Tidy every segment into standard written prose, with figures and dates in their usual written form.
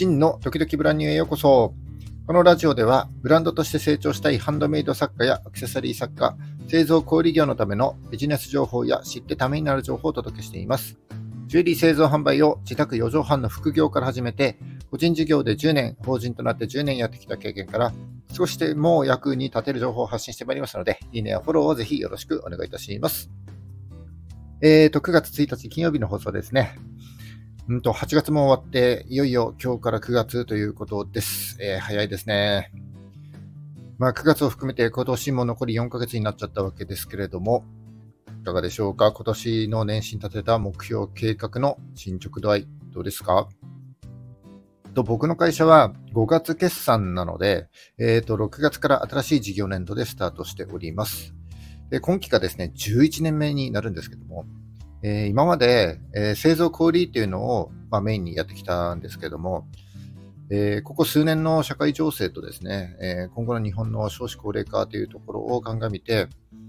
真の時々ブランニューへようこそ。このラジオではブランドとして成長したいハンドメイド作家やアクセサリー作家、製造小売業のためのビジネス情報や知ってためになる情報をお届けしています。ジュエリー製造販売を自宅4畳半の副業から始めて、個人事業で10年、法人となって10年やってきた経験から、少しでも役に立てる情報を発信してまいりますので、いいねやフォローをぜひよろしくお願いいたします。9月1日金曜日の放送ですね。8月も終わって、いよいよ今日から9月ということです。早いですね。9月を含めて今年も残り4ヶ月になっちゃったわけですけれども、いかがでしょうか。今年の年始に立てた目標計画の進捗度合い、どうですか。僕の会社は5月決算なので、6月から新しい事業年度でスタートしております。今期がですね、11年目になるんですけども、今まで、製造小売っていうのを、メインにやってきたんですけども、ここ数年の社会情勢とですね、今後の日本の少子高齢化というところを鑑みて、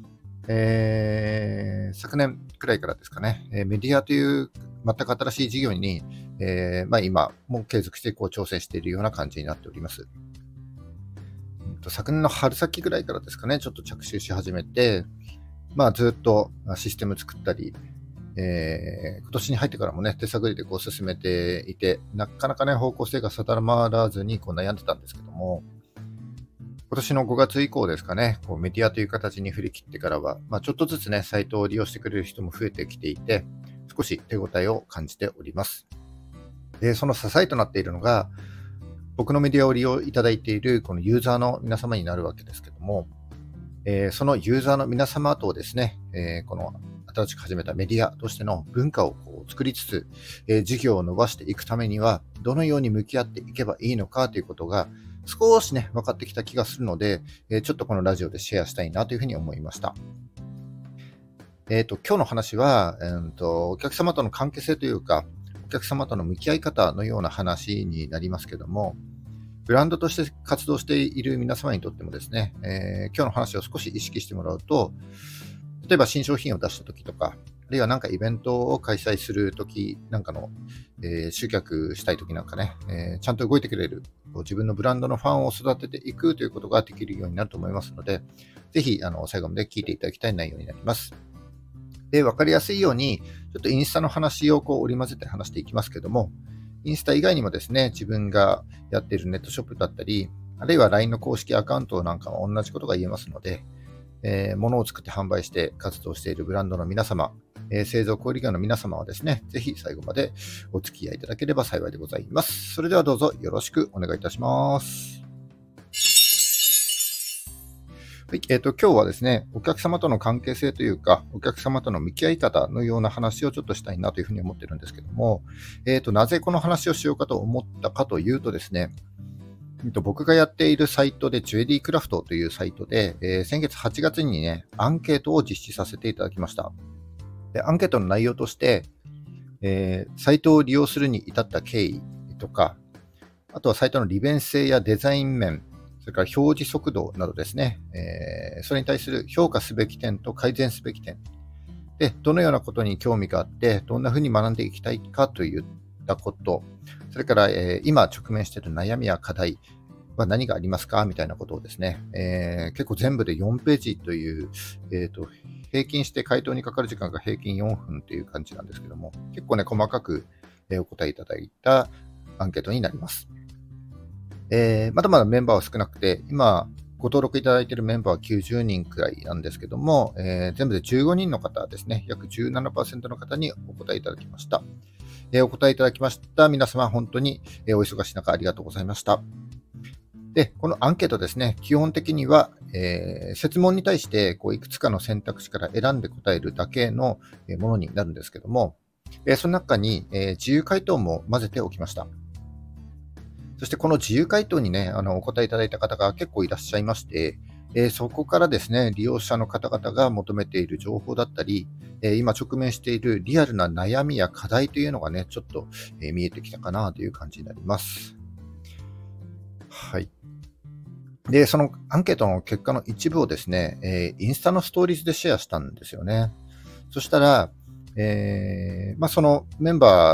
昨年くらいからですかね、メディアという全く新しい事業に、今も継続して挑戦しているような感じになっております。昨年の春先ぐらいからですかね、ちょっと着手し始めて、ずっとシステム作ったり、今年に入ってからもね、手探りで進めていて、なかなかね、方向性が定まらずに悩んでたんですけども、今年の5月以降ですかね、メディアという形に振り切ってからは、ちょっとずつね、サイトを利用してくれる人も増えてきていて、少し手応えを感じております。で、その支えとなっているのが、僕のメディアを利用いただいているこのユーザーの皆様になるわけですけども、そのユーザーの皆様とですね、この新しく始めたメディアとしての文化を作りつつ、事業を伸ばしていくためにはどのように向き合っていけばいいのかということが少しね分かってきた気がするので、ちょっとこのラジオでシェアしたいなというふうに思いました。今日の話は、お客様との関係性というか、お客様との向き合い方のような話になりますけども、ブランドとして活動している皆様にとってもですね、今日の話を少し意識してもらうと、例えば新商品を出した時とか、あるいは何かイベントを開催する時なんかの、集客したい時なんかね、ちゃんと動いてくれる自分のブランドのファンを育てていくということができるようになると思いますので、ぜひ最後まで聞いていただきたい内容になります。で、わかりやすいように、ちょっとインスタの話を織り交ぜて話していきますけども、インスタ以外にもですね、自分がやっているネットショップだったり、あるいは LINE の公式アカウントなんかも同じことが言えますので、物を作って販売して活動しているブランドの皆様、製造小売業の皆様はですね、ぜひ最後までお付き合いいただければ幸いでございます。それではどうぞよろしくお願いいたします。はい、今日はですね、お客様との関係性というか、お客様との向き合い方のような話をちょっとしたいなというふうに思ってるんですけども、なぜこの話をしようかと思ったかというとですね、僕がやっているサイトでジュエリークラフトというサイトで、先月8月にね、アンケートを実施させていただきました。で、アンケートの内容として、サイトを利用するに至った経緯とか、あとはサイトの利便性やデザイン面、それから表示速度などですね、それに対する評価すべき点と改善すべき点で、どのようなことに興味があって、どんなふうに学んでいきたいかといったこと、それから、今直面している悩みや課題は何がありますかみたいなことをですね、結構全部で4ページという、平均して回答にかかる時間が平均4分という感じなんですけども、結構ね、細かく、お答えいただいたアンケートになります。まだまだメンバーは少なくて、今、ご登録いただいているメンバーは90人くらいなんですけども、全部で15人の方ですね、約 17% の方にお答えいただきました。お答えいただきました皆様、本当にお忙しい中ありがとうございました。で、このアンケートですね、基本的には、設問に対していくつかの選択肢から選んで答えるだけのものになるんですけども、その中に自由回答も混ぜておきました。そしてこの自由回答にね、お答えいただいた方が結構いらっしゃいまして、そこからですね、利用者の方々が求めている情報だったり、今直面しているリアルな悩みや課題というのがね、ちょっと、見えてきたかなという感じになります。はい。で、そのアンケートの結果の一部をですね、インスタのストーリーズでシェアしたんですよね。そしたら、そのメンバー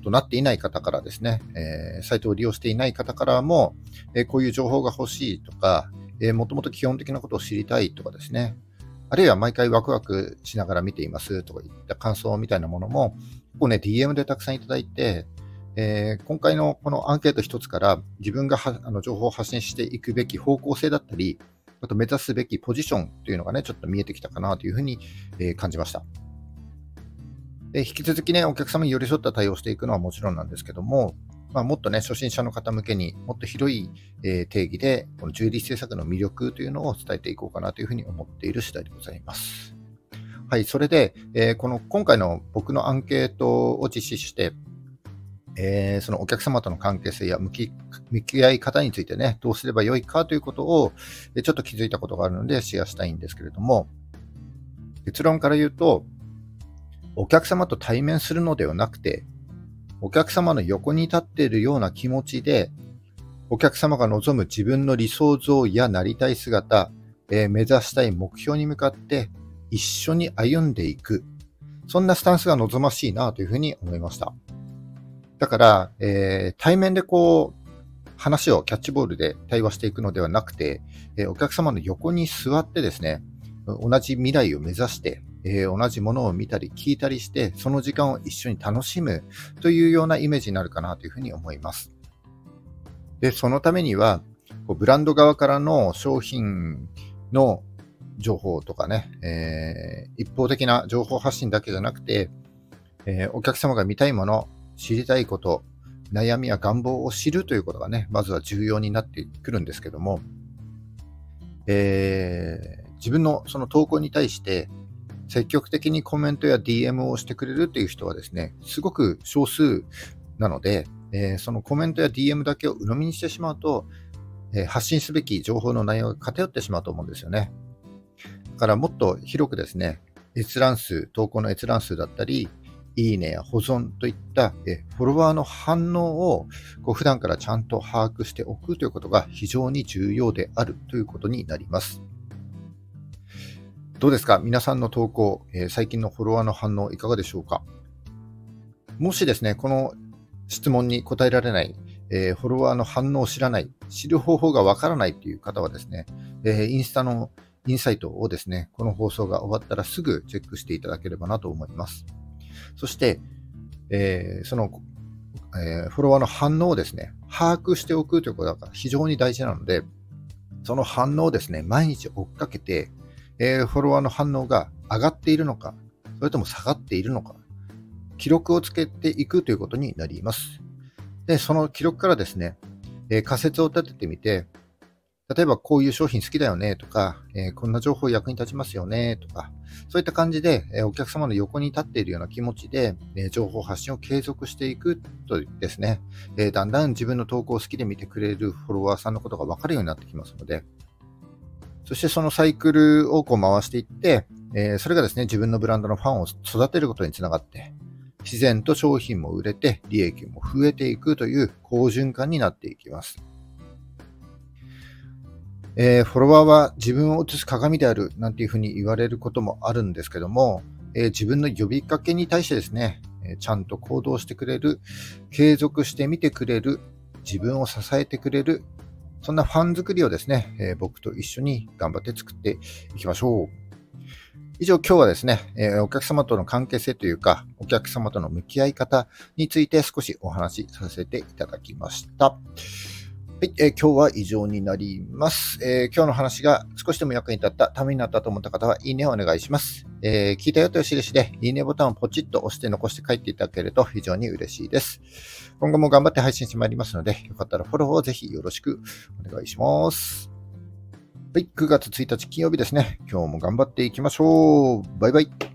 となっていない方からですね、サイトを利用していない方からも、こういう情報が欲しいとか、もともと基本的なことを知りたいとかですね、あるいは毎回ワクワクしながら見ていますとかいった感想みたいなものも、結構ね、DM でたくさんいただいて、今回のこのアンケート一つから自分が情報を発信していくべき方向性だったり、あと目指すべきポジションというのがね、ちょっと見えてきたかなというふうに、感じました。で、引き続きね、お客様に寄り添った対応をしていくのはもちろんなんですけども、もっとね、初心者の方向けにもっと広い、定義で、このジュエリー制作の魅力というのを伝えていこうかなというふうに思っている次第でございます。はい、それで、今回の僕のアンケートを実施して、そのお客様との関係性や向き合い方についてね、どうすればよいかということを、ちょっと気づいたことがあるのでシェアしたいんですけれども、結論から言うと、お客様と対面するのではなくて、お客様の横に立っているような気持ちで、お客様が望む自分の理想像やなりたい姿、目指したい目標に向かって一緒に歩んでいく。そんなスタンスが望ましいなというふうに思いました。だから、対面で話をキャッチボールで対話していくのではなくて、お客様の横に座ってですね、同じ未来を目指して、同じものを見たり聞いたりして、その時間を一緒に楽しむというようなイメージになるかなというふうに思います。で、そのためには、ブランド側からの商品の情報とかね、一方的な情報発信だけじゃなくて、お客様が見たいもの、知りたいこと、悩みや願望を知るということがね、まずは重要になってくるんですけども、自分のその投稿に対して積極的にコメントや DM をしてくれるという人はですね、すごく少数なので、そのコメントや DM だけを鵜呑みにしてしまうと、発信すべき情報の内容が偏ってしまうと思うんですよね。だからもっと広くですね、投稿の閲覧数だったり、いいねや保存といったフォロワーの反応を普段からちゃんと把握しておくということが非常に重要であるということになります。どうですか？皆さんの投稿、最近のフォロワーの反応いかがでしょうか？もしですね、この質問に答えられない、フォロワーの反応を知らない、知る方法がわからないという方はですね、インスタのインサイトをですね、この放送が終わったらすぐチェックしていただければなと思います。そして、その、フォロワーの反応をですね、把握しておくということが非常に大事なので、その反応をですね、毎日追っかけて、フォロワーの反応が上がっているのか、それとも下がっているのか、記録をつけていくということになります。で、その記録からですね、仮説を立ててみて、例えばこういう商品好きだよねとか、こんな情報役に立ちますよねとか、そういった感じで、お客様の横に立っているような気持ちで、情報発信を継続していくとですね、だんだん自分の投稿を好きで見てくれるフォロワーさんのことが分かるようになってきますので、そしてそのサイクルを回していって、それがですね、自分のブランドのファンを育てることにつながって、自然と商品も売れて、利益も増えていくという好循環になっていきます。フォロワーは自分を映す鏡であるなんていうふうに言われることもあるんですけども、自分の呼びかけに対してですね、ちゃんと行動してくれる、継続してみてくれる、自分を支えてくれる、そんなファン作りをですね、僕と一緒に頑張って作っていきましょう。以上、今日はですね、お客様との関係性というか、お客様との向き合い方について少しお話しさせていただきました。はい、今日は以上になります。今日の話が少しでも役に立った、ためになったと思った方は、いいねをお願いします。聞いたよという印で、いいねボタンをポチッと押して残して帰っていただけると非常に嬉しいです。今後も頑張って配信してまいりますので、よかったらフォローをぜひよろしくお願いします。はい、9月1日金曜日ですね。今日も頑張っていきましょう。バイバイ。